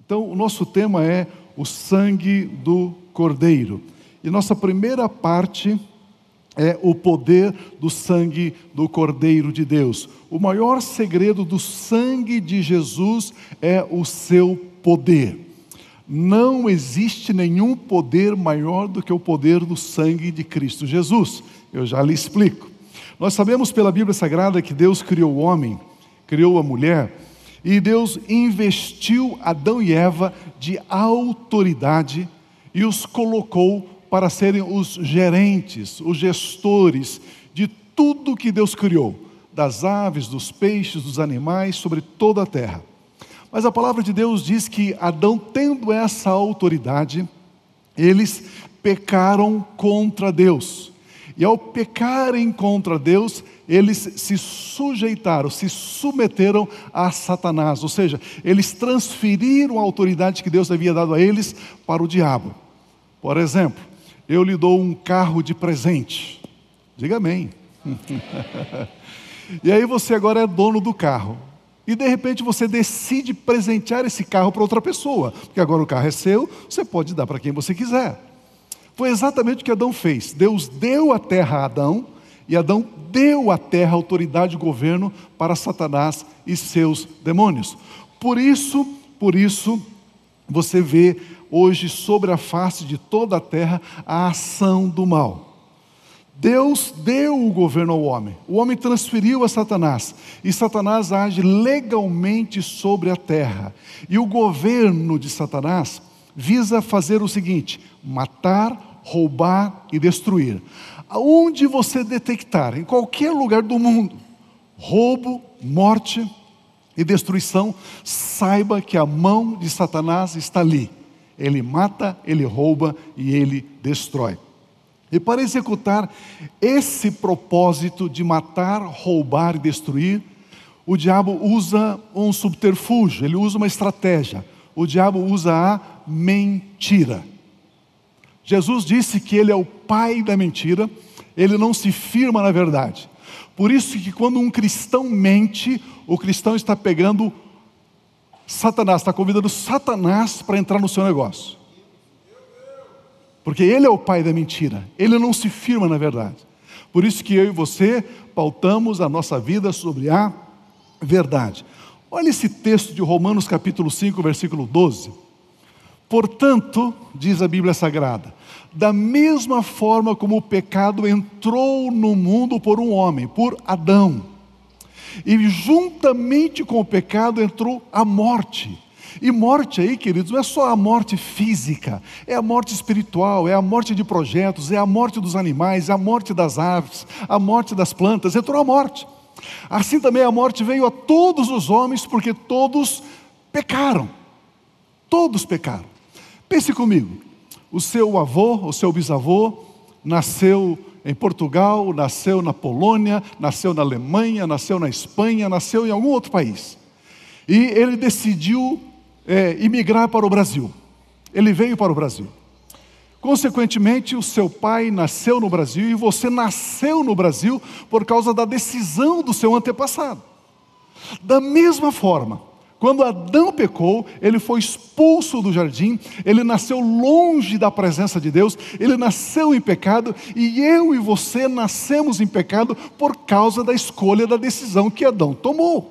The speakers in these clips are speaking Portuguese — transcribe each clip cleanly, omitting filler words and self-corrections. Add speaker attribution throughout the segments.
Speaker 1: Então, o nosso tema é o sangue do Cordeiro. E nossa primeira parte é o poder do sangue do Cordeiro de Deus. O maior segredo do sangue de Jesus é o seu poder. Não existe nenhum poder maior do que o poder do sangue de Cristo Jesus. Eu já lhe explico. Nós sabemos pela Bíblia Sagrada que Deus criou o homem, criou a mulher, e Deus investiu Adão e Eva de autoridade e os colocou para serem os gerentes, os gestores de tudo que Deus criou, das aves, dos peixes, dos animais, sobre toda a terra. Mas a palavra de Deus diz que Adão, tendo essa autoridade, eles pecaram contra Deus. E ao pecarem contra Deus, eles se sujeitaram, se submeteram a Satanás. Ou seja, eles transferiram a autoridade que Deus havia dado a eles para o diabo. Por exemplo, eu lhe dou um carro de presente. Diga amém. E aí você agora é dono do carro. E de repente você decide presentear esse carro para outra pessoa. Porque agora o carro é seu, você pode dar para quem você quiser. Foi exatamente o que Adão fez. Deus deu a terra a Adão, e Adão deu à terra autoridade e governo para Satanás e seus demônios. Por isso, você vê hoje sobre a face de toda a terra a ação do mal. Deus deu o governo ao homem. O homem transferiu a Satanás. E Satanás age legalmente sobre a terra. E o governo de Satanás visa fazer o seguinte: matar, roubar e destruir. Aonde você detectar, em qualquer lugar do mundo, roubo, morte e destruição, saiba que a mão de Satanás está ali. Ele mata, ele rouba e ele destrói. E para executar esse propósito de matar, roubar e destruir, o diabo usa um subterfúgio, ele usa uma estratégia. O diabo usa a mentira. Jesus disse que ele é o pai da mentira, ele não se firma na verdade. Por isso que quando um cristão mente, o cristão está pegando Satanás, está convidando Satanás para entrar no seu negócio. Porque ele é o pai da mentira, ele não se firma na verdade. Por isso que eu e você pautamos a nossa vida sobre a verdade. Olha esse texto de Romanos capítulo 5, versículo 12. Portanto, diz a Bíblia Sagrada, da mesma forma como o pecado entrou no mundo por um homem, por Adão, e juntamente com o pecado entrou a morte. E morte aí, queridos, não é só a morte física, é a morte espiritual, é a morte de projetos, é a morte dos animais, é a morte das aves, a morte das plantas, entrou a morte. Assim também a morte veio a todos os homens, porque todos pecaram. Todos pecaram. Pense comigo, o seu avô, o seu bisavô, nasceu em Portugal, nasceu na Polônia, nasceu na Alemanha, nasceu na Espanha, nasceu em algum outro país. E ele decidiu imigrar para o Brasil. Ele veio para o Brasil. Consequentemente, o seu pai nasceu no Brasil e você nasceu no Brasil por causa da decisão do seu antepassado. Da mesma forma, quando Adão pecou, ele foi expulso do jardim, ele nasceu longe da presença de Deus, ele nasceu em pecado, e eu e você nascemos em pecado por causa da escolha, da decisão que Adão tomou.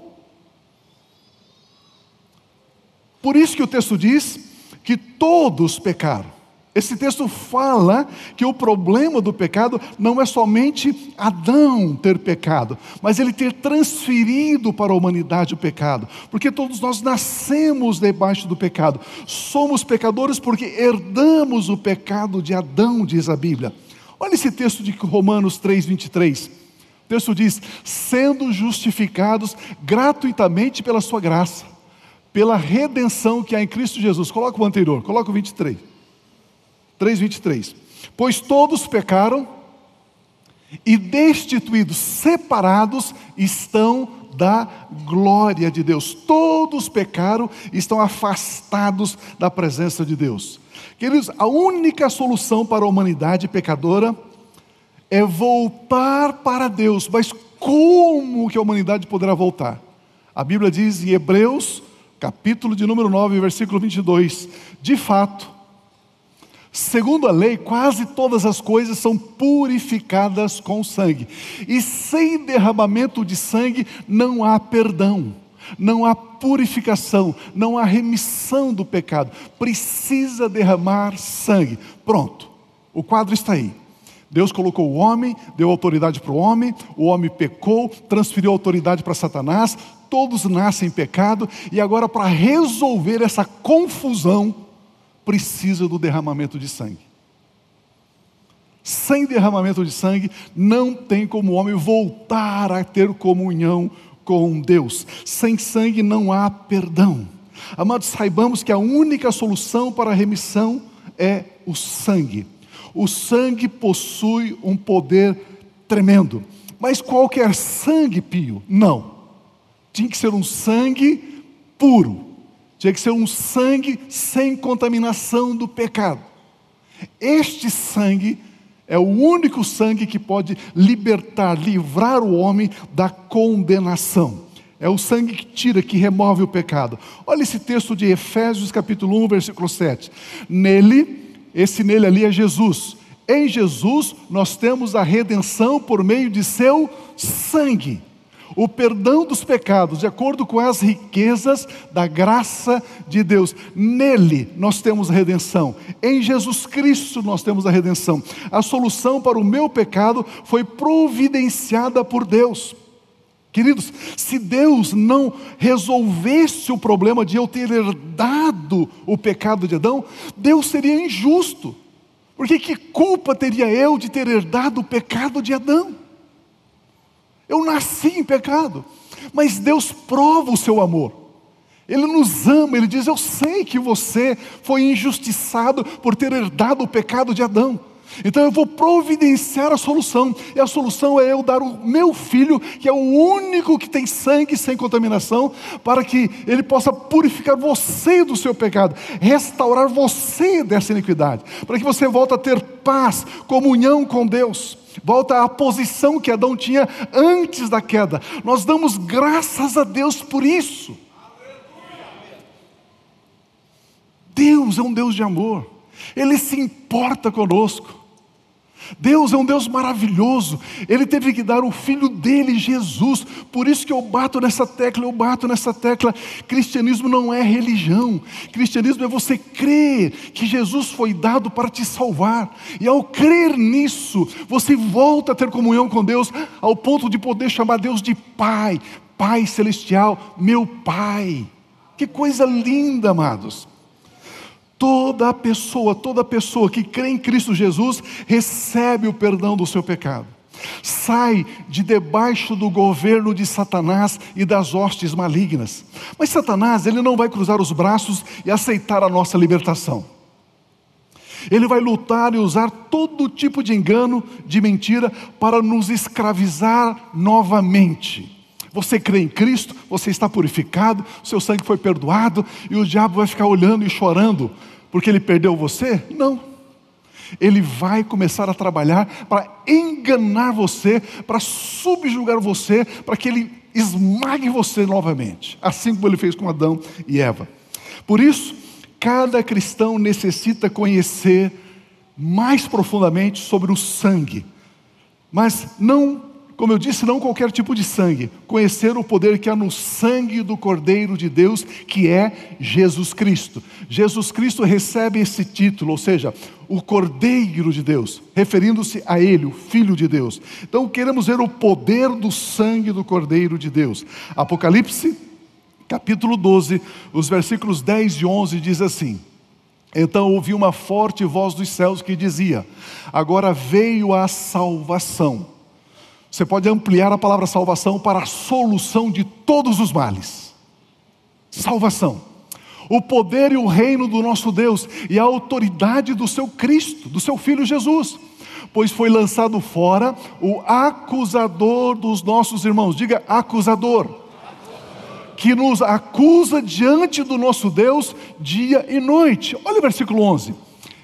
Speaker 1: Por isso que o texto diz que todos pecaram. Esse texto fala que o problema do pecado não é somente Adão ter pecado, mas ele ter transferido para a humanidade o pecado. Porque todos nós nascemos debaixo do pecado. Somos pecadores porque herdamos o pecado de Adão, diz a Bíblia. Olha esse texto de Romanos 3:23. O texto diz, sendo justificados gratuitamente pela sua graça, pela redenção que há em Cristo Jesus. Coloca o anterior, coloca o 23. 3:23. Pois todos pecaram e destituídos, separados estão da glória de Deus. Todos pecaram e estão afastados da presença de Deus. Queridos, a única solução para a humanidade pecadora é voltar para Deus. Mas como que a humanidade poderá voltar? A Bíblia diz em Hebreus, capítulo de número 9, versículo 22. De fato, segundo a lei, quase todas as coisas são purificadas com sangue. E sem derramamento de sangue não há perdão, não há purificação, não há remissão do pecado. Precisa derramar sangue. Pronto, o quadro está aí. Deus colocou o homem, deu autoridade para o homem pecou, transferiu a autoridade para Satanás, todos nascem em pecado, e agora para resolver essa confusão, precisa do derramamento de sangue. Sem derramamento de sangue, não tem como o homem voltar a ter comunhão com Deus. Sem sangue não há perdão. Amados, saibamos que a única solução para a remissão é o sangue. O sangue possui um poder tremendo. Mas qualquer sangue, Pio? Não. Tinha que ser um sangue puro. Tinha que ser um sangue sem contaminação do pecado. Este sangue é o único sangue que pode libertar, livrar o homem da condenação. É o sangue que tira, que remove o pecado. Olha esse texto de Efésios capítulo 1, versículo 7. Esse nele ali é Jesus. Em Jesus nós temos a redenção por meio de seu sangue. O perdão dos pecados, de acordo com as riquezas da graça de Deus. Nele nós temos a redenção. Em Jesus Cristo nós temos a redenção. A solução para o meu pecado foi providenciada por Deus. Queridos, se Deus não resolvesse o problema de eu ter herdado o pecado de Adão, Deus seria injusto. Porque que culpa teria eu de ter herdado o pecado de Adão? Eu nasci em pecado, mas Deus prova o seu amor. Ele nos ama, Ele diz, eu sei que você foi injustiçado por ter herdado o pecado de Adão. Então eu vou providenciar a solução. E a solução é eu dar o meu filho, que é o único que tem sangue sem contaminação, para que ele possa purificar você do seu pecado, restaurar você dessa iniquidade, para que você volte a ter paz, comunhão com Deus, volta à posição que Adão tinha antes da queda. Nós damos graças a Deus por isso. Deus é um Deus de amor. Ele se importa conosco. Deus é um Deus maravilhoso. Ele teve que dar o Filho dele, Jesus. Por isso que eu bato nessa tecla. Cristianismo não é religião. Cristianismo é você crer que Jesus foi dado para te salvar. E ao crer nisso, você volta a ter comunhão com Deus, ao ponto de poder chamar Deus de Pai. Pai Celestial, meu Pai. Que coisa linda, amados. Toda pessoa que crê em Cristo Jesus recebe o perdão do seu pecado. Sai de debaixo do governo de Satanás e das hostes malignas. Mas Satanás, ele não vai cruzar os braços e aceitar a nossa libertação. Ele vai lutar e usar todo tipo de engano, de mentira, para nos escravizar novamente. Você crê em Cristo, você está purificado, seu sangue foi perdoado, e o diabo vai ficar olhando e chorando porque ele perdeu você? Não. Ele vai começar a trabalhar para enganar você, para subjugar você, para que ele esmague você novamente, assim como ele fez com Adão e Eva. Por isso, cada cristão necessita conhecer mais profundamente sobre o sangue, mas não, como eu disse, não qualquer tipo de sangue. Conhecer o poder que há no sangue do Cordeiro de Deus, que é Jesus Cristo. Jesus Cristo recebe esse título, ou seja, o Cordeiro de Deus, referindo-se a Ele, o Filho de Deus. Então queremos ver o poder do sangue do Cordeiro de Deus. Apocalipse, capítulo 12, os versículos 10 e 11 diz assim: então ouvi uma forte voz dos céus que dizia: agora veio a salvação. Você pode ampliar a palavra salvação para a solução de todos os males. Salvação. O poder e o reino do nosso Deus e a autoridade do seu Cristo, do seu Filho Jesus. Pois foi lançado fora o acusador dos nossos irmãos. Diga, acusador. Que nos acusa diante do nosso Deus dia e noite. Olha o versículo 11.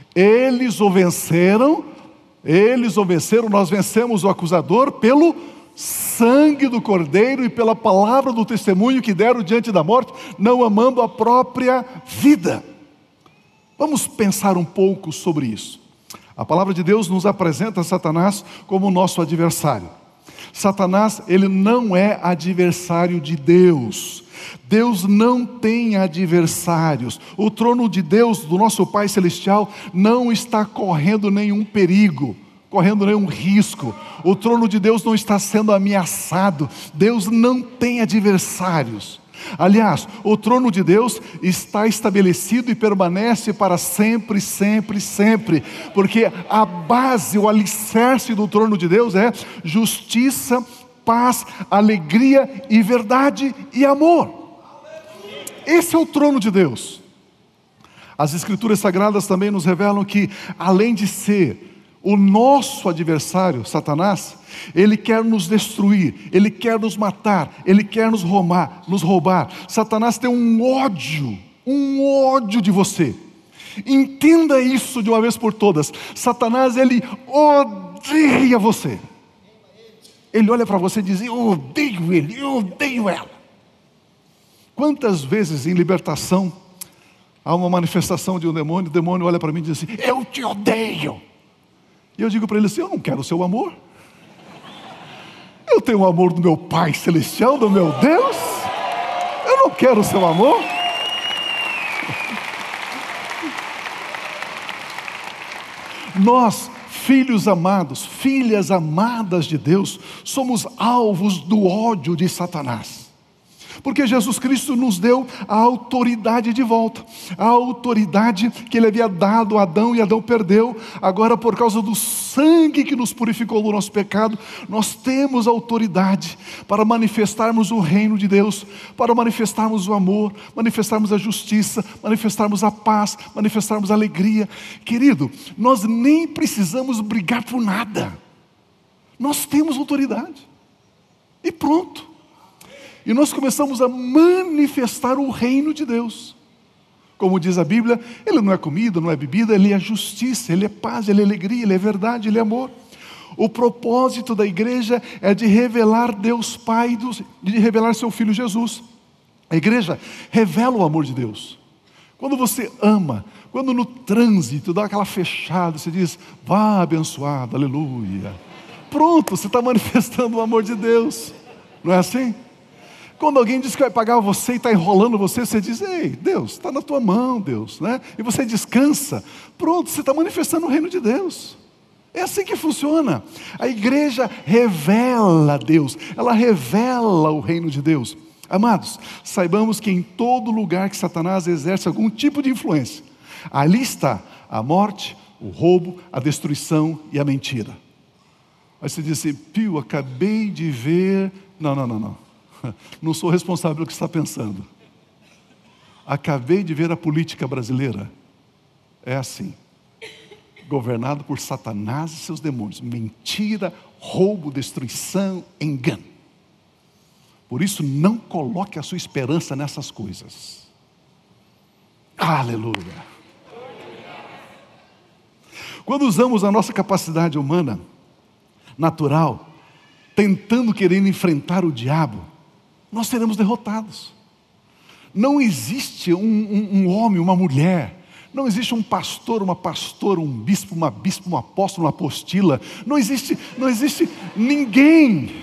Speaker 1: Eles o venceram, nós vencemos o acusador pelo sangue do Cordeiro e pela palavra do testemunho que deram diante da morte, não amando a própria vida. Vamos pensar um pouco sobre isso. A palavra de Deus nos apresenta Satanás como nosso adversário. Satanás, ele não é adversário de Deus. Deus não tem adversários. O trono de Deus, do nosso Pai Celestial, não está correndo nenhum perigo, correndo nenhum risco. O trono de Deus não está sendo ameaçado. Deus não tem adversários. Aliás, o trono de Deus está estabelecido e permanece para sempre, sempre, sempre. Porque a base, o alicerce do trono de Deus é justiça, paz, alegria e verdade e amor. Esse é o trono de Deus. As Escrituras Sagradas também nos revelam que, além de ser o nosso adversário, Satanás, ele quer nos destruir, ele quer nos matar, ele quer nos roubar. Satanás tem um ódio de você. Entenda isso de uma vez por todas. Satanás, ele odeia você. Ele olha para você e diz: eu odeio ele, eu odeio ela. Quantas vezes em libertação há uma manifestação de um demônio, o demônio olha para mim e diz assim: eu te odeio. E eu digo para ele assim: eu não quero o seu amor. Eu tenho o amor do meu Pai Celestial, do meu Deus. Eu não quero o seu amor. Nós, filhos amados, filhas amadas de Deus, somos alvos do ódio de Satanás. Porque Jesus Cristo nos deu a autoridade de volta. A autoridade que Ele havia dado a Adão e Adão perdeu. Agora, por causa do sangue que nos purificou do nosso pecado, nós temos autoridade para manifestarmos o reino de Deus, para manifestarmos o amor, manifestarmos a justiça, manifestarmos a paz, manifestarmos a alegria. Querido, nós nem precisamos brigar por nada. Nós temos autoridade. E pronto. E nós começamos a manifestar o reino de Deus. Como diz a Bíblia, Ele não é comida, não é bebida, Ele é justiça, Ele é paz, Ele é alegria, Ele é verdade, Ele é amor. O propósito da igreja é de revelar Deus Pai, de revelar seu Filho Jesus. A igreja revela o amor de Deus. Quando você ama, quando no trânsito dá aquela fechada, você diz: vá abençoado, aleluia. Pronto, você está manifestando o amor de Deus. Não é assim? Quando alguém diz que vai pagar você e está enrolando você, você diz: ei, Deus, está na tua mão, Deus, né? E você descansa. Pronto, você está manifestando o reino de Deus. É assim que funciona. A igreja revela Deus, ela revela o reino de Deus. Amados, saibamos que em todo lugar que Satanás exerce algum tipo de influência, ali está a morte, o roubo, a destruição e a mentira. Aí você diz assim: Pio, acabei de ver... Não. Não sou responsável pelo que você está pensando. Acabei de ver a política brasileira. É assim. Governado por Satanás e seus demônios. Mentira, roubo, destruição, engano. Por isso, não coloque a sua esperança nessas coisas. Aleluia. Quando usamos a nossa capacidade humana, natural, tentando querer enfrentar o diabo, nós seremos derrotados. Não existe um homem, uma mulher, não existe um pastor, uma pastora, um bispo, um apóstolo, uma apostila. Não existe ninguém.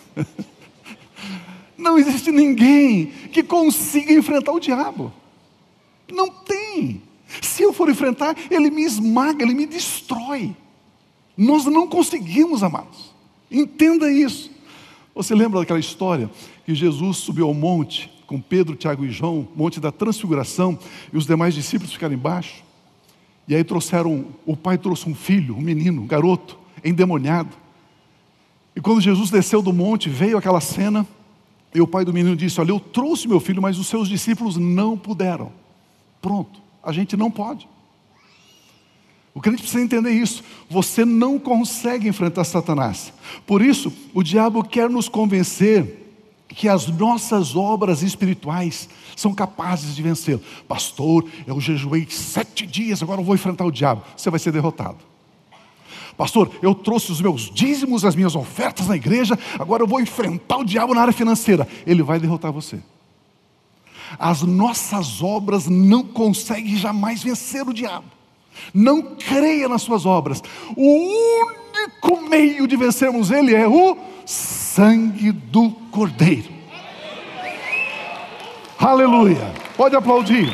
Speaker 1: Não existe ninguém que consiga enfrentar o diabo. Não tem. Se eu for enfrentar, ele me esmaga, ele me destrói. Nós não conseguimos, amados. Entenda isso. Você lembra daquela história que Jesus subiu ao monte com Pedro, Tiago e João, monte da transfiguração, e os demais discípulos ficaram embaixo? E aí o pai trouxe um filho, um menino, um garoto, endemoniado. E quando Jesus desceu do monte, veio aquela cena, e o pai do menino disse: olha, eu trouxe meu filho, mas os seus discípulos não puderam. Pronto, a gente não pode. O crente precisa entender isso. Você não consegue enfrentar Satanás. Por isso, o diabo quer nos convencer que as nossas obras espirituais são capazes de vencê-lo. Pastor, eu jejuei 7 dias, agora eu vou enfrentar o diabo. Você vai ser derrotado. Pastor, eu trouxe os meus dízimos, as minhas ofertas na igreja, agora eu vou enfrentar o diabo na área financeira. Ele vai derrotar você. As nossas obras não conseguem jamais vencer o diabo. Não creia nas suas obras. O único meio de vencermos ele é o sangue do Cordeiro. Aleluia. Pode aplaudir.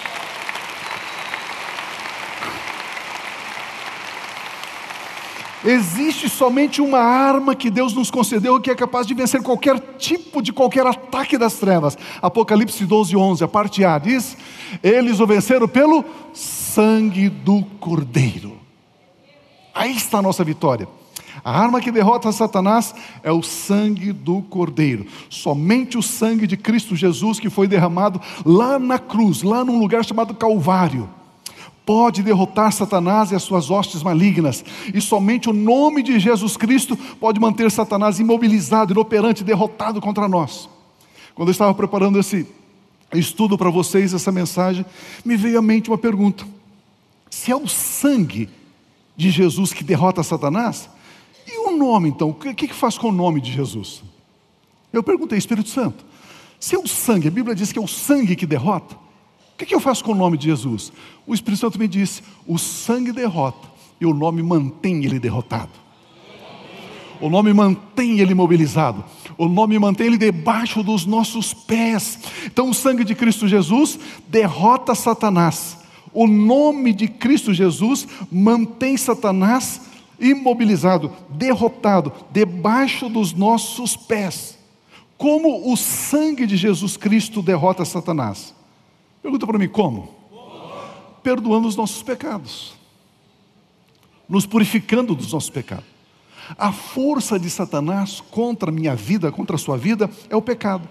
Speaker 1: Existe somente uma arma que Deus nos concedeu que é capaz de vencer qualquer ataque das trevas. Apocalipse 12:11, a parte A diz: eles o venceram pelo sangue do Cordeiro. Aí está a nossa vitória. A arma que derrota Satanás é o sangue do Cordeiro. Somente o sangue de Cristo Jesus, que foi derramado lá na cruz, lá num lugar chamado Calvário, pode derrotar Satanás e as suas hostes malignas. E somente o nome de Jesus Cristo pode manter Satanás imobilizado, inoperante, derrotado contra nós. Quando eu estava preparando esse estudo para vocês, essa mensagem, me veio à mente uma pergunta: se é o sangue de Jesus que derrota Satanás, e o nome então? O que faz com o nome de Jesus? Eu perguntei: Espírito Santo, se é o sangue, a Bíblia diz que é o sangue que derrota, o que eu faço com o nome de Jesus? O Espírito Santo me disse: o sangue derrota e o nome mantém ele derrotado. O nome mantém ele imobilizado. O nome mantém ele debaixo dos nossos pés. Então o sangue de Cristo Jesus derrota Satanás. O nome de Cristo Jesus mantém Satanás imobilizado, derrotado, debaixo dos nossos pés. Como o sangue de Jesus Cristo derrota Satanás? Pergunta para mim: como? Perdoando os nossos pecados, nos purificando dos nossos pecados. A força de Satanás contra a minha vida, contra a sua vida, é o pecado.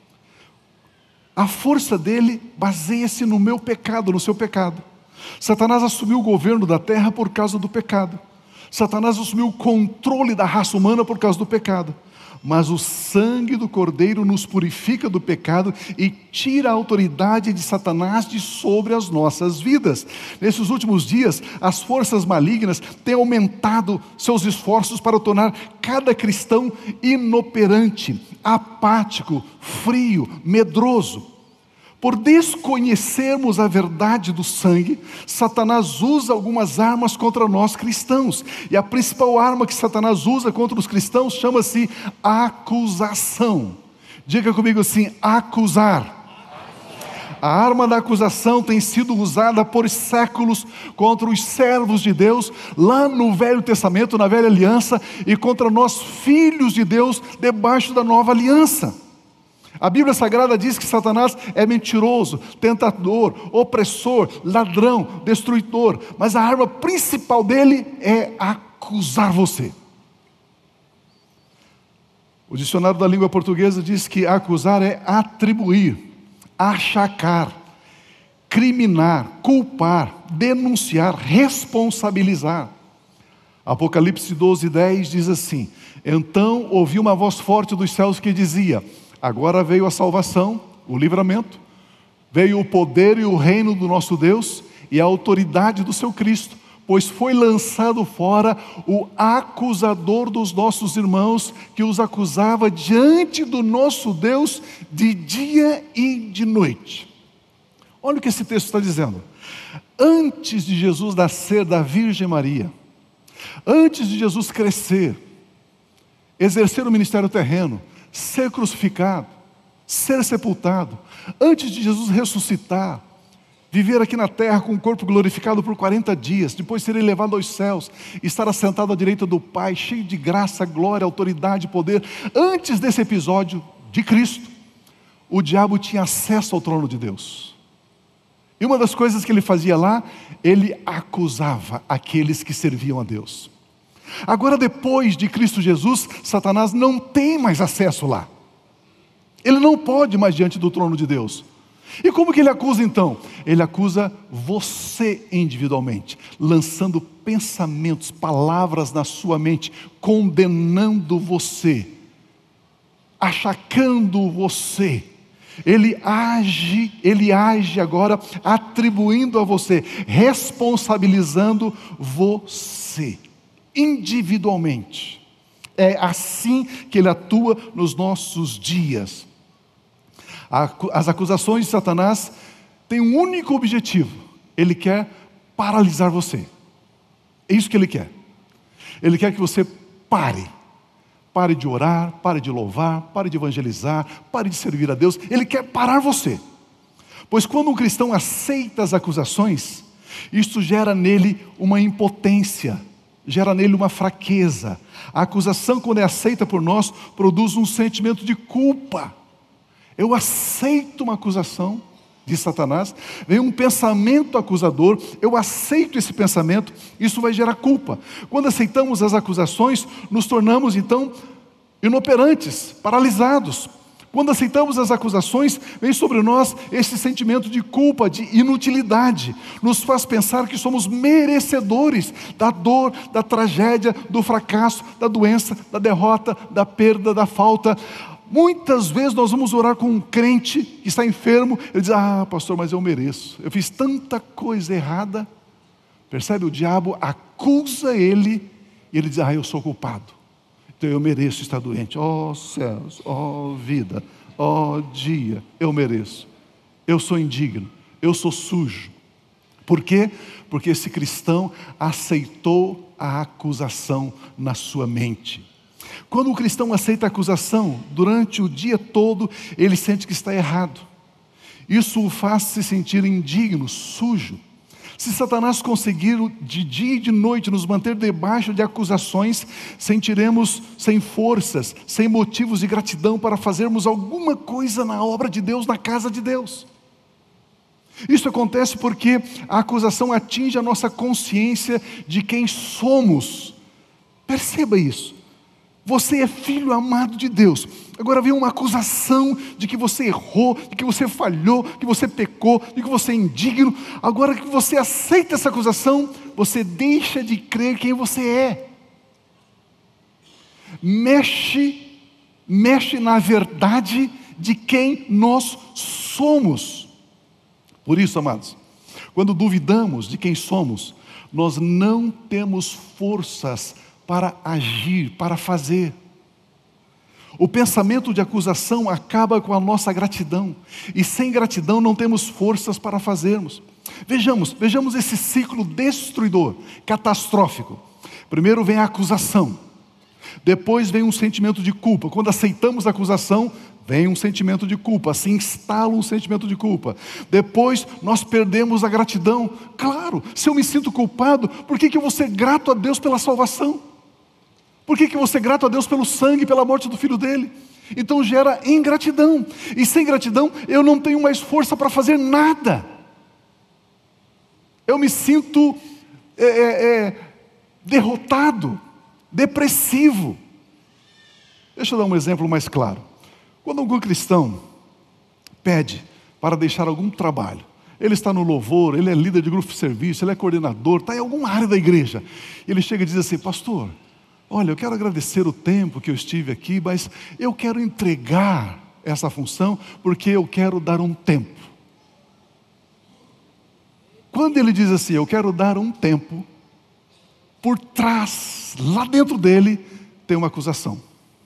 Speaker 1: A força dele baseia-se no meu pecado, no seu pecado. Satanás assumiu o governo da terra por causa do pecado. Satanás assumiu o controle da raça humana por causa do pecado. Mas o sangue do Cordeiro nos purifica do pecado e tira a autoridade de Satanás de sobre as nossas vidas. Nesses últimos dias, as forças malignas têm aumentado seus esforços para tornar cada cristão inoperante, apático, frio, medroso. Por desconhecermos a verdade do sangue, Satanás usa algumas armas contra nós cristãos. E a principal arma que Satanás usa contra os cristãos chama-se acusação. Diga comigo assim: acusar. A arma da acusação tem sido usada por séculos contra os servos de Deus, lá no Velho Testamento, na Velha Aliança, e contra nós, filhos de Deus, debaixo da Nova Aliança. A Bíblia Sagrada diz que Satanás é mentiroso, tentador, opressor, ladrão, destruidor. Mas a arma principal dele é acusar você. O dicionário da língua portuguesa diz que acusar é atribuir, achacar, criminar, culpar, denunciar, responsabilizar. Apocalipse 12:10 diz assim: então ouvi uma voz forte dos céus que dizia: agora veio a salvação, o livramento, veio o poder e o reino do nosso Deus e a autoridade do seu Cristo, pois foi lançado fora o acusador dos nossos irmãos, que os acusava diante do nosso Deus de dia e de noite. Olha o que esse texto está dizendo. Antes de Jesus nascer da Virgem Maria, antes de Jesus crescer, exercer o ministério terreno, ser crucificado, ser sepultado, antes de Jesus ressuscitar, viver aqui na terra com o corpo glorificado por 40 dias, depois ser elevado aos céus, estar assentado à direita do Pai, cheio de graça, glória, autoridade e poder. Antes desse episódio de Cristo, o diabo tinha acesso ao trono de Deus. E uma das coisas que ele fazia lá, ele acusava aqueles que serviam a Deus. Agora, depois de Cristo Jesus, Satanás não tem mais acesso lá. Ele não pode mais diante do trono de Deus. E como que ele acusa então? Ele acusa você individualmente, lançando pensamentos, palavras na sua mente, condenando você, achacando você. Ele age agora atribuindo a você, responsabilizando você. individualmente. É assim que ele atua nos nossos dias. As acusações de Satanás têm um único objetivo: ele quer paralisar você. É isso que ele quer. Ele quer que você pare de orar, pare de louvar, pare de evangelizar, pare de servir a Deus. Ele quer parar você. Pois quando um cristão aceita as acusações, isso gera nele uma impotência, gera nele uma fraqueza. A acusação, quando é aceita por nós, produz um sentimento de culpa. Eu aceito uma acusação de Satanás, vem um pensamento acusador, eu aceito esse pensamento, isso vai gerar culpa. Quando aceitamos as acusações, nos tornamos então inoperantes, paralisados. Quando aceitamos as acusações, vem sobre nós esse sentimento de culpa, de inutilidade. Nos faz pensar que somos merecedores da dor, da tragédia, do fracasso, da doença, da derrota, da perda, da falta. Muitas vezes nós vamos orar com um crente que está enfermo, ele diz: pastor, mas eu mereço, eu fiz tanta coisa errada. Percebe? O diabo acusa ele, e ele diz: eu sou culpado, então eu mereço estar doente. Céus, vida, dia, eu mereço, eu sou indigno, eu sou sujo. Por quê? Porque esse cristão aceitou a acusação na sua mente. Quando o cristão aceita a acusação, durante o dia todo, ele sente que está errado. Isso o faz se sentir indigno, sujo. Se Satanás conseguir de dia e de noite nos manter debaixo de acusações, sentiremos sem forças, sem motivos de gratidão para fazermos alguma coisa na obra de Deus, na casa de Deus. Isso acontece porque a acusação atinge a nossa consciência de quem somos. Perceba isso. Você é filho amado de Deus. Agora vem uma acusação de que você errou, de que você falhou, que você pecou, de que você é indigno. Agora que você aceita essa acusação, você deixa de crer quem você é. Mexe na verdade de quem nós somos. Por isso, amados, quando duvidamos de quem somos, nós não temos forças para agir, para fazer. O pensamento de acusação acaba com a nossa gratidão, e sem gratidão não temos forças para fazermos. Vejamos esse ciclo destruidor, catastrófico. Primeiro vem a acusação, depois vem um sentimento de culpa. Quando aceitamos a acusação, vem um sentimento de culpa, se instala um sentimento de culpa. Depois nós perdemos a gratidão. Claro, se eu me sinto culpado, por que eu vou ser grato a Deus pela salvação? Por que eu vou ser grato a Deus pelo sangue, pela morte do Filho dele? Então gera ingratidão. E sem gratidão eu não tenho mais força para fazer nada. Eu me sinto derrotado, depressivo. Deixa eu dar um exemplo mais claro. Quando algum cristão pede para deixar algum trabalho, ele está no louvor, ele é líder de grupo de serviço, ele é coordenador, está em alguma área da igreja, ele chega e diz assim: pastor, olha, eu quero agradecer o tempo que eu estive aqui, mas eu quero entregar essa função porque eu quero dar um tempo. Quando ele diz assim, eu quero dar um tempo, por trás, lá dentro dele, tem uma acusação.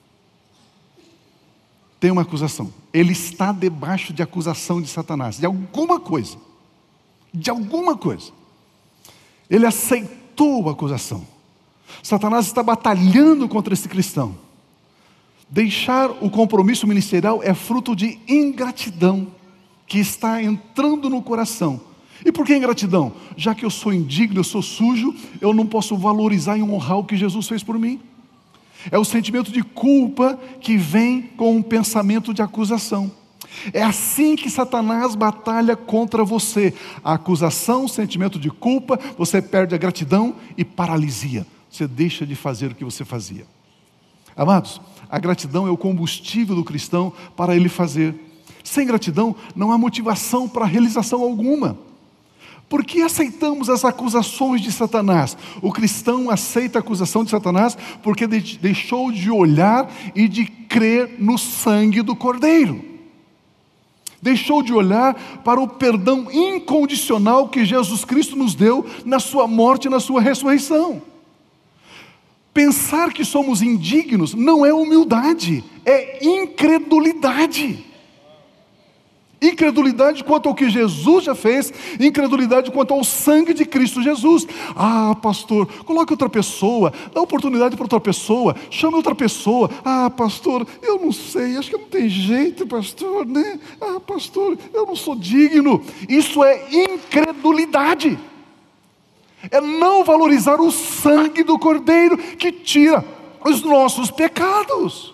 Speaker 1: Tem uma acusação. Ele está debaixo de acusação de Satanás, de alguma coisa. De alguma coisa. Ele aceitou a acusação. Satanás está batalhando contra esse cristão. Deixar o compromisso ministerial é fruto de ingratidão que está entrando no coração. E por que ingratidão? Já que eu sou indigno, eu sou sujo, eu não posso valorizar e honrar o que Jesus fez por mim. É o sentimento de culpa que vem com um pensamento de acusação. É assim que Satanás batalha contra você. A acusação, o sentimento de culpa, você perde a gratidão e paralisia. Você deixa de fazer o que você fazia. Amados, a gratidão é o combustível do cristão para ele fazer. Sem gratidão não há motivação para realização alguma. Por que aceitamos as acusações de Satanás? O cristão aceita a acusação de Satanás porque deixou de olhar e de crer no sangue do Cordeiro. Deixou de olhar para o perdão incondicional que Jesus Cristo nos deu na sua morte e na sua ressurreição. Pensar que somos indignos não é humildade, é incredulidade. Incredulidade quanto ao que Jesus já fez, incredulidade quanto ao sangue de Cristo Jesus. Ah, pastor, coloque outra pessoa, dá oportunidade para outra pessoa, chame outra pessoa. Ah, pastor, eu não sei, acho que não tem jeito, pastor, né? Ah, pastor, eu não sou digno. Isso é incredulidade. É não valorizar o sangue do Cordeiro que tira os nossos pecados.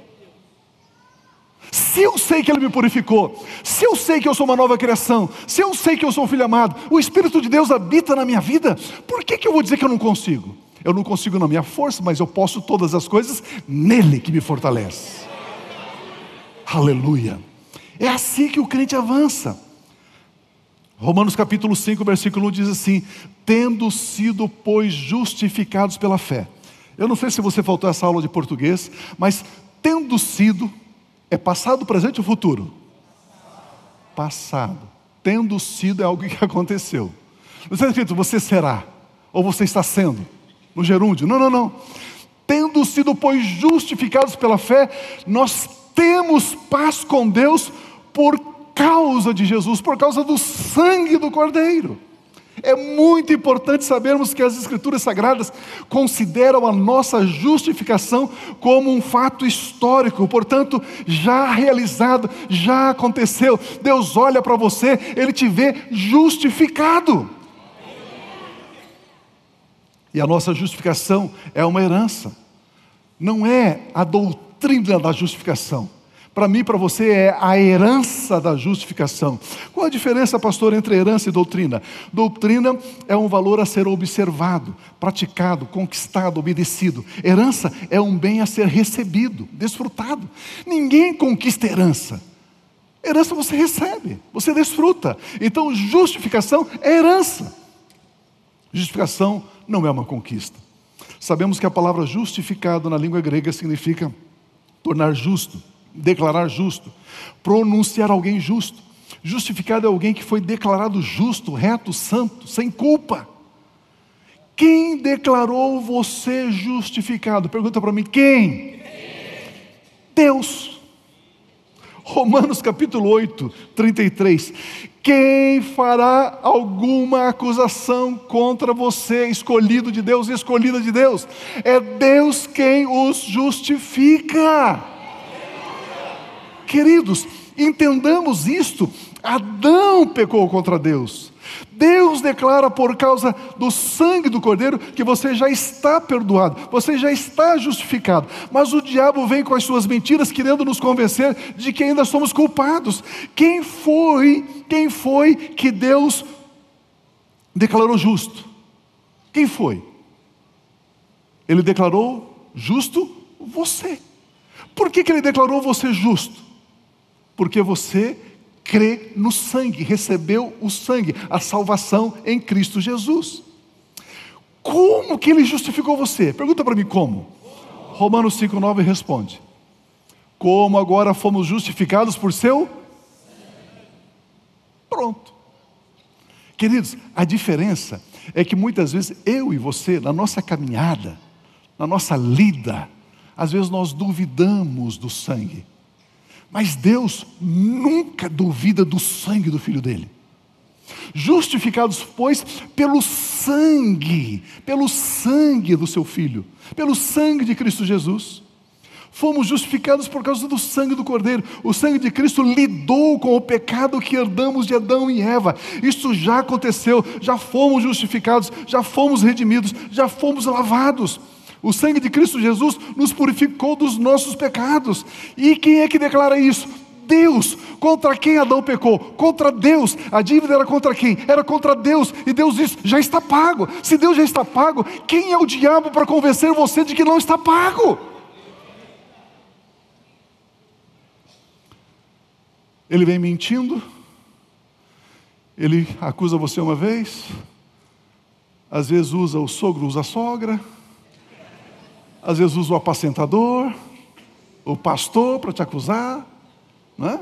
Speaker 1: Se eu sei que Ele me purificou, se eu sei que eu sou uma nova criação, se eu sei que eu sou um filho amado, o Espírito de Deus habita na minha vida, por que eu vou dizer que eu não consigo? Eu não consigo na minha força, mas eu posso todas as coisas nele que me fortalece. Aleluia. É assim que o crente avança. Romanos capítulo 5, versículo 1 diz assim: tendo sido, pois, justificados pela fé. Eu não sei se você faltou essa aula de português, mas tendo sido, é passado, presente ou futuro? Passado. Tendo sido é algo que aconteceu. Não está escrito você será, ou você está sendo, no gerúndio. Não, não, não. Tendo sido, pois, justificados pela fé, nós temos paz com Deus por causa de Jesus, por causa do sangue do Cordeiro. É muito importante sabermos que as Escrituras Sagradas consideram a nossa justificação como um fato histórico, portanto, já realizado, já aconteceu. Deus olha para você, Ele te vê justificado. E a nossa justificação é uma herança, não é a doutrina da justificação. Para mim e para você é a herança da justificação. Qual a diferença, pastor, entre herança e doutrina? Doutrina é um valor a ser observado, praticado, conquistado, obedecido. Herança é um bem a ser recebido, desfrutado. Ninguém conquista herança. Herança você recebe, você desfruta. Então justificação é herança. Justificação não é uma conquista. Sabemos que a palavra justificado na língua grega significa tornar justo, declarar justo, pronunciar alguém justo. Justificado é alguém que foi declarado justo, reto, santo, sem culpa. Quem declarou você justificado? Pergunta para mim, quem? Deus. Romanos capítulo 8, 33. Quem fará alguma acusação contra você, escolhido de Deus, escolhida de Deus? É Deus quem os justifica. Queridos, entendamos isto. Adão pecou contra Deus. Deus declara por causa do sangue do Cordeiro que você já está perdoado, você já está justificado. Mas o diabo vem com as suas mentiras querendo nos convencer de que ainda somos culpados. Quem foi que Deus declarou justo? Quem foi? Ele declarou justo você. Por que Ele declarou você justo? Porque você crê no sangue, recebeu o sangue, a salvação em Cristo Jesus. Como que Ele justificou você? Pergunta para mim como. Romanos 5,9 responde: como agora fomos justificados por seu? Pronto. Queridos, a diferença é que muitas vezes eu e você, na nossa caminhada, na nossa lida, às vezes nós duvidamos do sangue. Mas Deus nunca duvida do sangue do Filho dele. Justificados, pois, pelo sangue do seu Filho, pelo sangue de Cristo Jesus. Fomos justificados por causa do sangue do Cordeiro. O sangue de Cristo lidou com o pecado que herdamos de Adão e Eva. Isso já aconteceu, já fomos justificados, já fomos redimidos, já fomos lavados. O sangue de Cristo Jesus nos purificou dos nossos pecados. E quem é que declara isso? Deus. Contra quem Adão pecou? Contra Deus. A dívida era contra quem? Era contra Deus. E Deus disse, já está pago. Se Deus já está pago, quem é o diabo para convencer você de que não está pago? Ele vem mentindo, ele acusa você uma vez, às vezes usa o sogro, usa a sogra, às vezes usa o apacentador, o pastor para te acusar, né?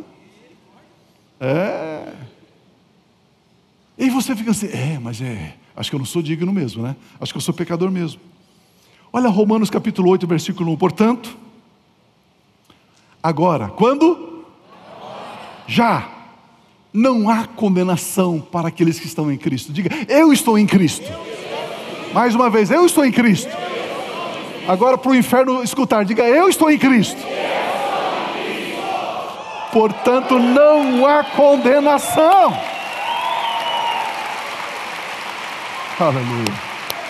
Speaker 1: E você fica assim, mas acho que eu não sou digno mesmo, né? Acho que eu sou pecador mesmo. Olha Romanos capítulo 8, versículo 1. Portanto, agora, quando? Já não há condenação para aqueles que estão em Cristo. Diga, eu estou em Cristo. Mais uma vez, eu estou em Cristo. Agora para o inferno escutar, diga, eu estou em Cristo. Portanto, não há condenação. Aleluia.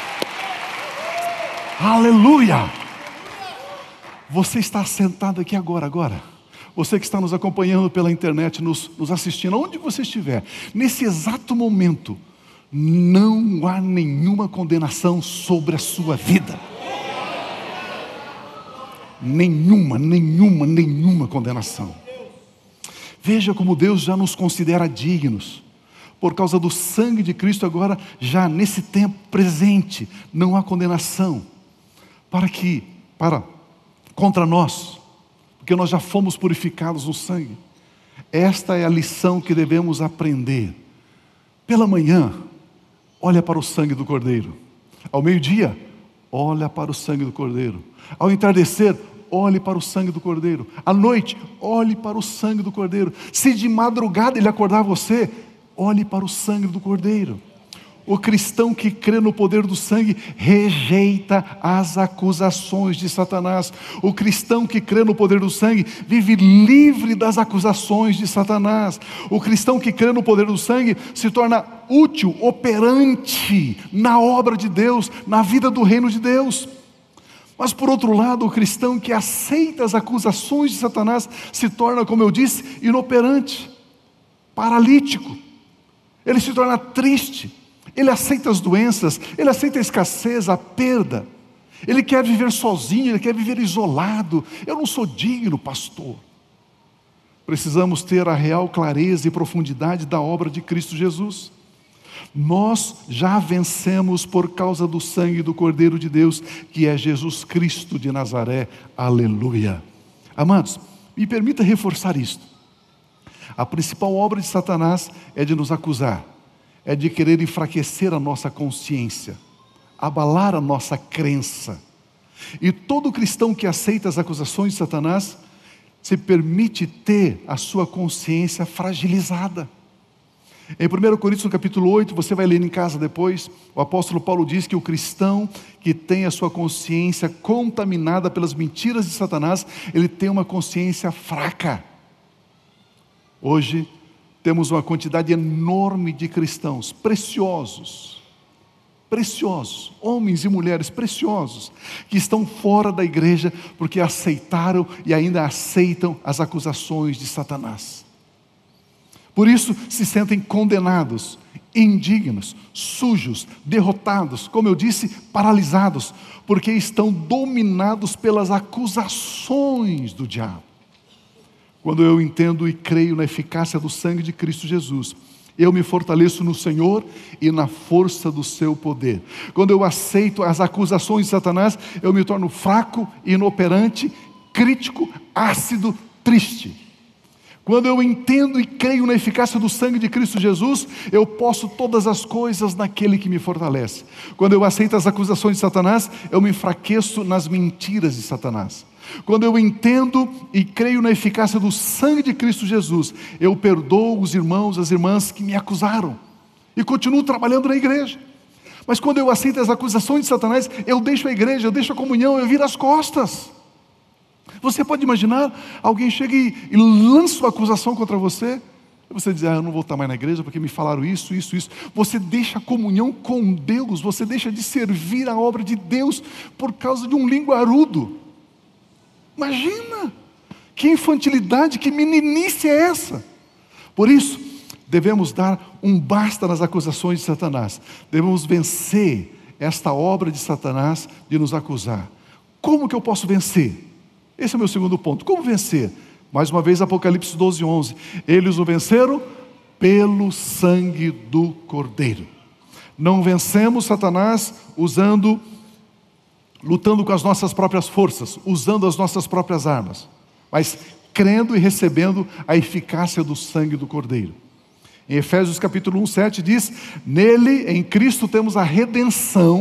Speaker 1: Aleluia. Você está sentado aqui agora. Você que está nos acompanhando pela internet, nos assistindo, onde você estiver, nesse exato momento, não há nenhuma condenação sobre a sua vida. Nenhuma condenação. Veja como Deus já nos considera dignos. Por causa do sangue de Cristo agora, já nesse tempo presente, não há condenação contra nós, porque nós já fomos purificados no sangue. Esta é a lição que devemos aprender. Pela manhã, olha para o sangue do Cordeiro. Ao meio-dia, olha para o sangue do Cordeiro. Ao entardecer, olhe para o sangue do Cordeiro. À noite, olhe para o sangue do Cordeiro. Se de madrugada ele acordar você, olhe para o sangue do Cordeiro. O cristão que crê no poder do sangue rejeita as acusações de Satanás. O cristão que crê no poder do sangue vive livre das acusações de Satanás. O cristão que crê no poder do sangue se torna útil, operante na obra de Deus, na vida do reino de Deus. Mas por outro lado, o cristão que aceita as acusações de Satanás se torna, como eu disse, inoperante, paralítico. Ele se torna triste. Ele aceita as doenças, ele aceita a escassez, a perda. Ele quer viver sozinho, ele quer viver isolado. Eu não sou digno, pastor. Precisamos ter a real clareza e profundidade da obra de Cristo Jesus. Nós já vencemos por causa do sangue do Cordeiro de Deus, que é Jesus Cristo de Nazaré. Aleluia. Amados, me permita reforçar isto. A principal obra de Satanás é de nos acusar. É de querer enfraquecer a nossa consciência, abalar a nossa crença. E todo cristão que aceita as acusações de Satanás se permite ter a sua consciência fragilizada. Em 1 Coríntios no capítulo 8, você vai ler em casa depois, o apóstolo Paulo diz que o cristão que tem a sua consciência contaminada pelas mentiras de Satanás, ele tem uma consciência fraca. Hoje, temos uma quantidade enorme de cristãos preciosos, homens e mulheres preciosos, que estão fora da igreja porque aceitaram e ainda aceitam as acusações de Satanás. Por isso se sentem condenados, indignos, sujos, derrotados, como eu disse, paralisados, porque estão dominados pelas acusações do diabo. Quando eu entendo e creio na eficácia do sangue de Cristo Jesus, eu me fortaleço no Senhor e na força do seu poder. Quando eu aceito as acusações de Satanás, eu me torno fraco, inoperante, crítico, ácido, triste. Quando eu entendo e creio na eficácia do sangue de Cristo Jesus, eu posso todas as coisas naquele que me fortalece. Quando eu aceito as acusações de Satanás, eu me enfraqueço nas mentiras de Satanás. Quando eu entendo e creio na eficácia do sangue de Cristo Jesus, eu perdoo os irmãos, as irmãs que me acusaram e continuo trabalhando na igreja. Mas quando eu aceito as acusações de Satanás, eu deixo a igreja, eu deixo a comunhão, eu viro as costas. Você pode imaginar, alguém chega e lança uma acusação contra você, e você diz, eu não vou estar mais na igreja porque me falaram isso. Você deixa a comunhão com Deus, você deixa de servir a obra de Deus por causa de um linguarudo. Imagina, que infantilidade, que meninice é essa? Por isso, devemos dar um basta nas acusações de Satanás. Devemos vencer esta obra de Satanás de nos acusar. Como que eu posso vencer? Esse é o meu segundo ponto. Como vencer? Mais uma vez, Apocalipse 12:11. Eles o venceram pelo sangue do Cordeiro. Não vencemos Satanás lutando com as nossas próprias forças, usando as nossas próprias armas, mas crendo e recebendo a eficácia do sangue do Cordeiro. Em Efésios capítulo 1:7 diz, nele, em Cristo, temos a redenção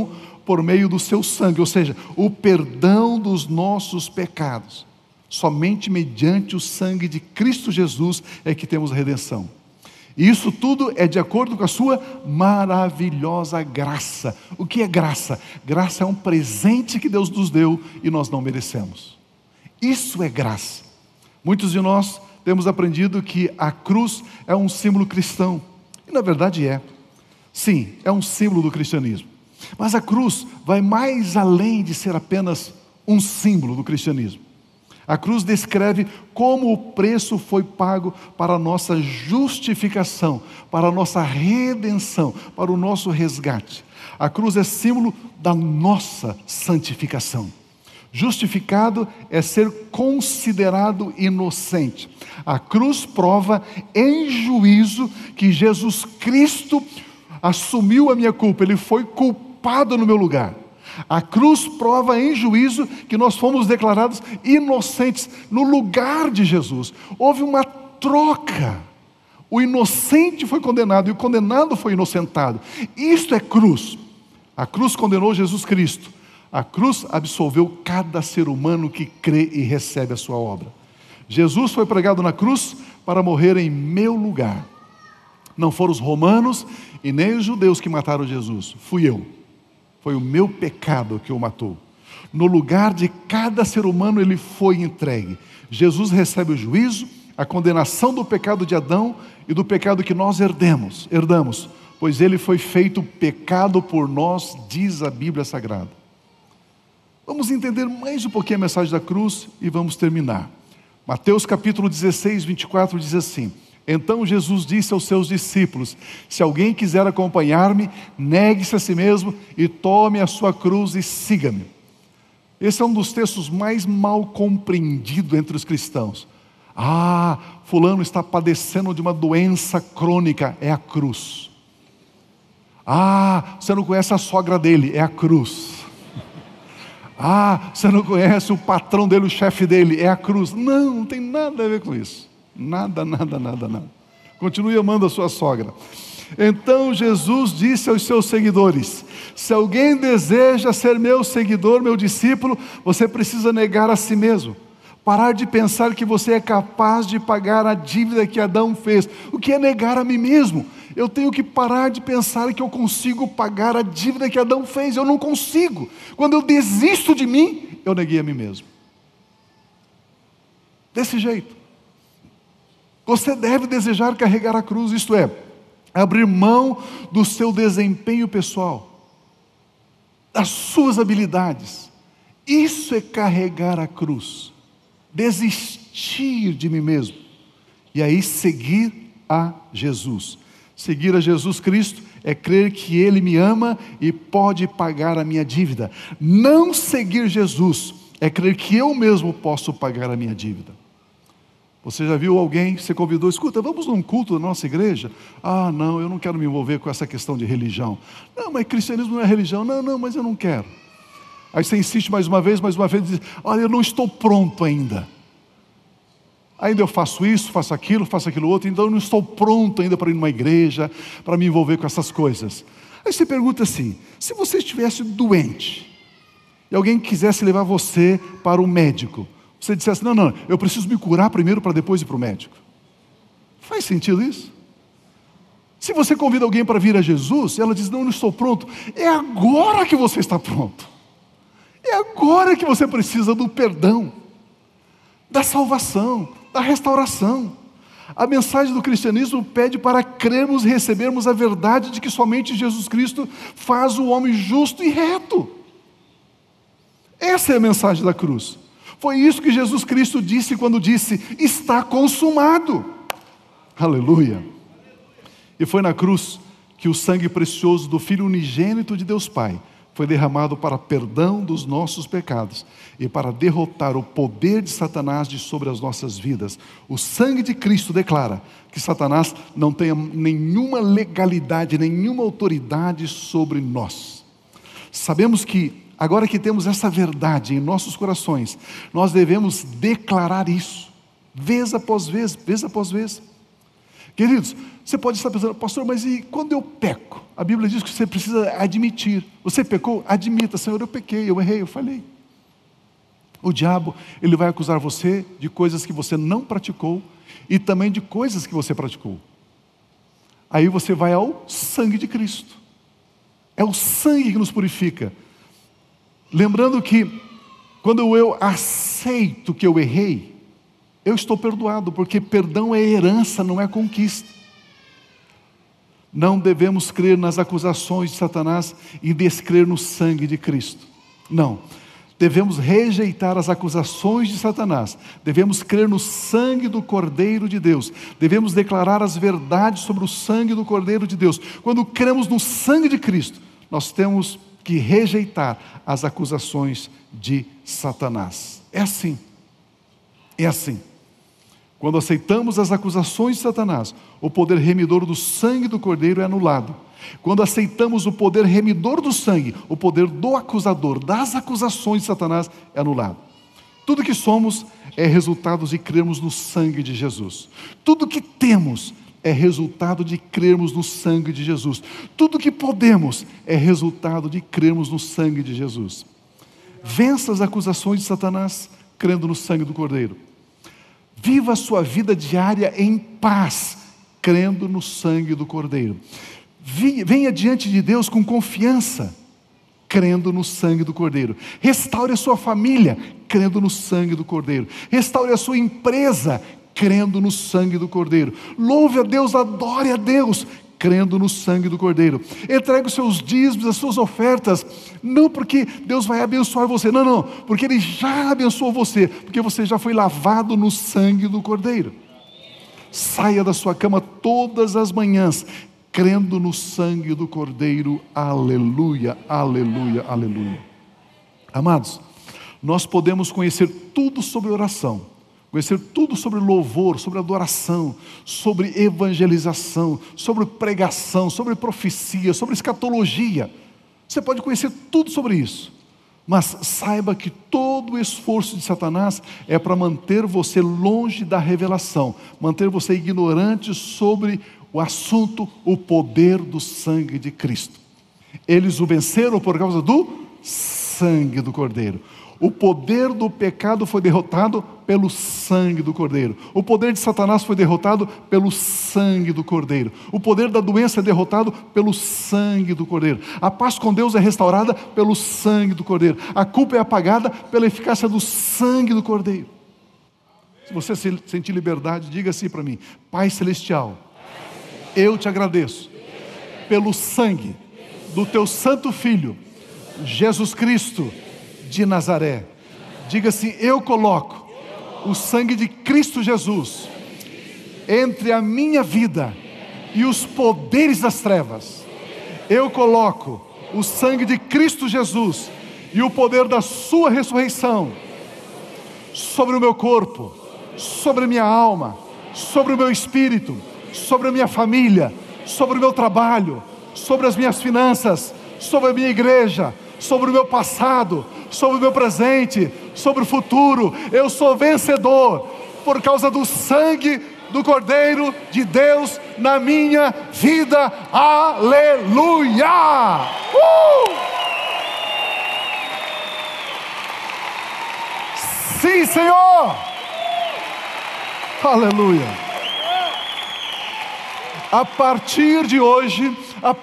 Speaker 1: por meio do seu sangue, ou seja, o perdão dos nossos pecados. Somente mediante o sangue de Cristo Jesus é que temos redenção. E isso tudo é de acordo com a sua maravilhosa graça. O que é graça? Graça é um presente que Deus nos deu e nós não merecemos. Isso é graça. Muitos de nós temos aprendido que a cruz é um símbolo cristão. E na verdade é. Sim, é um símbolo do cristianismo. Mas a cruz vai mais além de ser apenas um símbolo do cristianismo. A cruz descreve como o preço foi pago para a nossa justificação, para a nossa redenção, para o nosso resgate. A cruz é símbolo da nossa santificação. Justificado é ser considerado inocente. A cruz prova em juízo que Jesus Cristo assumiu a minha culpa, Ele foi culpado no meu lugar. A cruz prova em juízo que nós fomos declarados inocentes no lugar de Jesus. Houve uma troca. O inocente foi condenado e o condenado foi inocentado. Isto é cruz. A cruz condenou Jesus Cristo. A cruz absolveu cada ser humano que crê e recebe a sua obra. Jesus foi pregado na cruz para morrer em meu lugar. Não foram os romanos e nem os judeus que mataram Jesus. Fui eu. Foi o meu pecado que o matou. No lugar de cada ser humano ele foi entregue. Jesus recebe o juízo, a condenação do pecado de Adão e do pecado que nós herdamos, pois ele foi feito pecado por nós, diz a Bíblia Sagrada. Vamos entender mais um pouquinho a mensagem da cruz e vamos terminar. Mateus capítulo 16, 24 diz assim: então Jesus disse aos seus discípulos: se alguém quiser acompanhar-me, negue-se a si mesmo e tome a sua cruz e siga-me. Esse é um dos textos mais mal compreendidos entre os cristãos. Fulano está padecendo de uma doença crônica, é a cruz. Você não conhece a sogra dele, é a cruz. Você não conhece o patrão dele, o chefe dele, é a cruz. Não tem nada a ver com isso. Nada. Continue amando a sua sogra. Então Jesus disse aos seus seguidores: se alguém deseja ser meu seguidor, meu discípulo, você precisa negar a si mesmo. Parar de pensar que você é capaz de pagar a dívida que Adão fez. O que é negar a mim mesmo? Eu tenho que parar de pensar que eu consigo pagar a dívida que Adão fez. Eu não consigo. Quando eu desisto de mim, eu neguei a mim mesmo. Desse jeito. Você deve desejar carregar a cruz, isto é, abrir mão do seu desempenho pessoal, das suas habilidades. Isso é carregar a cruz. Desistir de mim mesmo. E aí seguir a Jesus. Seguir a Jesus Cristo é crer que Ele me ama e pode pagar a minha dívida. Não seguir Jesus é crer que eu mesmo posso pagar a minha dívida. Você já viu alguém, você convidou, escuta, vamos num culto da nossa igreja? Não, eu não quero me envolver com essa questão de religião. Não, mas cristianismo não é religião. Não, mas eu não quero. Aí você insiste mais uma vez, diz: olha, eu não estou pronto ainda. Ainda eu faço isso, faço aquilo outro, então eu não estou pronto ainda para ir numa igreja, para me envolver com essas coisas. Aí você pergunta assim: se você estivesse doente, e alguém quisesse levar você para o médico, você dissesse: não, eu preciso me curar primeiro para depois ir para o médico. Faz sentido isso? Se você convida alguém para vir a Jesus, e ela diz: não estou pronto, é agora que você está pronto. É agora que você precisa do perdão, da salvação, da restauração. A mensagem do cristianismo pede para crermos e recebermos a verdade de que somente Jesus Cristo faz o homem justo e reto. Essa é a mensagem da cruz. Foi isso que Jesus Cristo disse quando disse: está consumado. Aleluia. E foi na cruz que o sangue precioso do Filho unigênito de Deus Pai foi derramado para perdão dos nossos pecados e para derrotar o poder de Satanás de sobre as nossas vidas. O sangue de Cristo declara que Satanás não tem nenhuma legalidade, nenhuma autoridade sobre nós. Sabemos que agora que temos essa verdade em nossos corações, nós devemos declarar isso, vez após vez. Queridos, você pode estar pensando, pastor, mas e quando eu peco? A Bíblia diz que você precisa admitir. Você pecou? Admita, Senhor, eu pequei, eu errei, eu falhei. O diabo, ele vai acusar você de coisas que você não praticou e também de coisas que você praticou. Aí você vai ao sangue de Cristo. É o sangue que nos purifica. Lembrando que quando eu aceito que eu errei, eu estou perdoado, porque perdão é herança, não é conquista. Não devemos crer nas acusações de Satanás e descrer no sangue de Cristo. Não. Devemos rejeitar as acusações de Satanás. Devemos crer no sangue do Cordeiro de Deus. Devemos declarar as verdades sobre o sangue do Cordeiro de Deus. Quando cremos no sangue de Cristo, nós temos que rejeitar as acusações de Satanás. É assim. É assim. Quando aceitamos as acusações de Satanás, o poder remidor do sangue do Cordeiro é anulado. Quando aceitamos o poder remidor do sangue, o poder do acusador, das acusações de Satanás é anulado. Tudo que somos é resultado de crermos no sangue de Jesus. Tudo que temos é resultado de crermos no sangue de Jesus. Tudo que podemos é resultado de crermos no sangue de Jesus. Vença as acusações de Satanás crendo no sangue do Cordeiro. Viva a sua vida diária em paz, crendo no sangue do Cordeiro. Venha diante de Deus com confiança, crendo no sangue do Cordeiro. Restaure a sua família, crendo no sangue do Cordeiro. Restaure a sua empresa, crendo no sangue do Cordeiro. Louve a Deus, adore a Deus, crendo no sangue do Cordeiro. Entregue os seus dízimos, as suas ofertas, não porque Deus vai abençoar você, não, porque Ele já abençoou você, porque você já foi lavado no sangue do Cordeiro. Saia da sua cama todas as manhãs, crendo no sangue do Cordeiro, aleluia, aleluia, aleluia. Amados, nós podemos conhecer tudo sobre oração, conhecer tudo sobre louvor, sobre adoração, sobre evangelização, sobre pregação, sobre profecia, sobre escatologia. Você pode conhecer tudo sobre isso, mas saiba que todo o esforço de Satanás é para manter você longe da revelação, manter você ignorante sobre o assunto, o poder do sangue de Cristo. Eles o venceram por causa do sangue do Cordeiro. O poder do pecado foi derrotado pelo sangue do Cordeiro. O poder de Satanás foi derrotado pelo sangue do Cordeiro. O poder da doença é derrotado pelo sangue do Cordeiro. A paz com Deus é restaurada pelo sangue do Cordeiro. A culpa é apagada pela eficácia do sangue do Cordeiro. Se você sentir liberdade, diga assim para mim: Pai Celestial, eu te agradeço pelo sangue do teu santo Filho, Jesus Cristo de Nazaré. Diga assim: eu coloco o sangue de Cristo Jesus entre a minha vida e os poderes das trevas. Eu coloco o sangue de Cristo Jesus e o poder da sua ressurreição sobre o meu corpo, sobre a minha alma, sobre o meu espírito, sobre a minha família, sobre o meu trabalho, sobre as minhas finanças, sobre a minha igreja, sobre o meu passado, sobre o meu presente, sobre o futuro. Eu sou vencedor por causa do sangue do Cordeiro de Deus na minha vida. Aleluia! Sim, Senhor! Aleluia! A partir de hoje,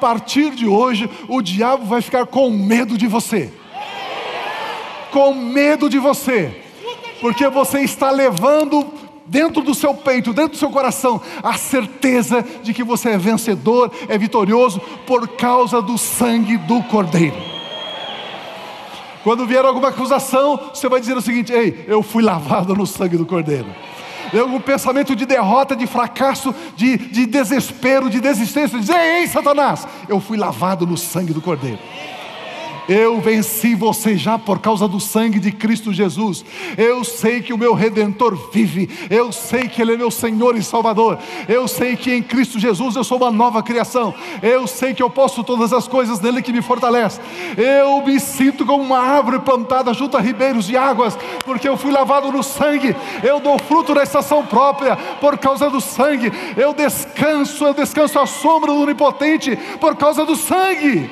Speaker 1: o diabo vai ficar com medo de você. Com medo de você. Porque você está levando dentro do seu peito, dentro do seu coração, a certeza de que você é vencedor, é vitorioso, por causa do sangue do Cordeiro. Quando vier alguma acusação, você vai dizer o seguinte: ei, eu fui lavado no sangue do Cordeiro. Um pensamento de derrota, de fracasso, de desespero, de desistência, dizer: ei, Satanás, eu fui lavado no sangue do Cordeiro. Eu venci você já por causa do sangue de Cristo Jesus. Eu sei que o meu Redentor vive. Eu sei que Ele é meu Senhor e Salvador. Eu sei que em Cristo Jesus eu sou uma nova criação. Eu sei que eu posso todas as coisas nele que me fortalece. Eu me sinto como uma árvore plantada junto a ribeiros de águas, porque eu fui lavado no sangue. Eu dou fruto na estação própria por causa do sangue. Eu descanso à sombra do Onipotente por causa do sangue.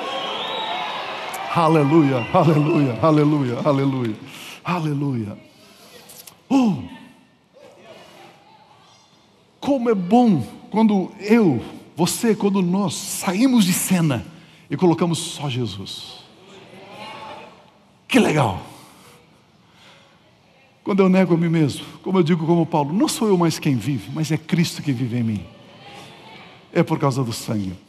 Speaker 1: Aleluia, aleluia, aleluia, aleluia, aleluia. Como é bom quando quando nós saímos de cena e colocamos só Jesus. Que legal. Quando eu nego a mim mesmo, como eu digo como Paulo, não sou eu mais quem vive, mas é Cristo que vive em mim. É por causa do sangue.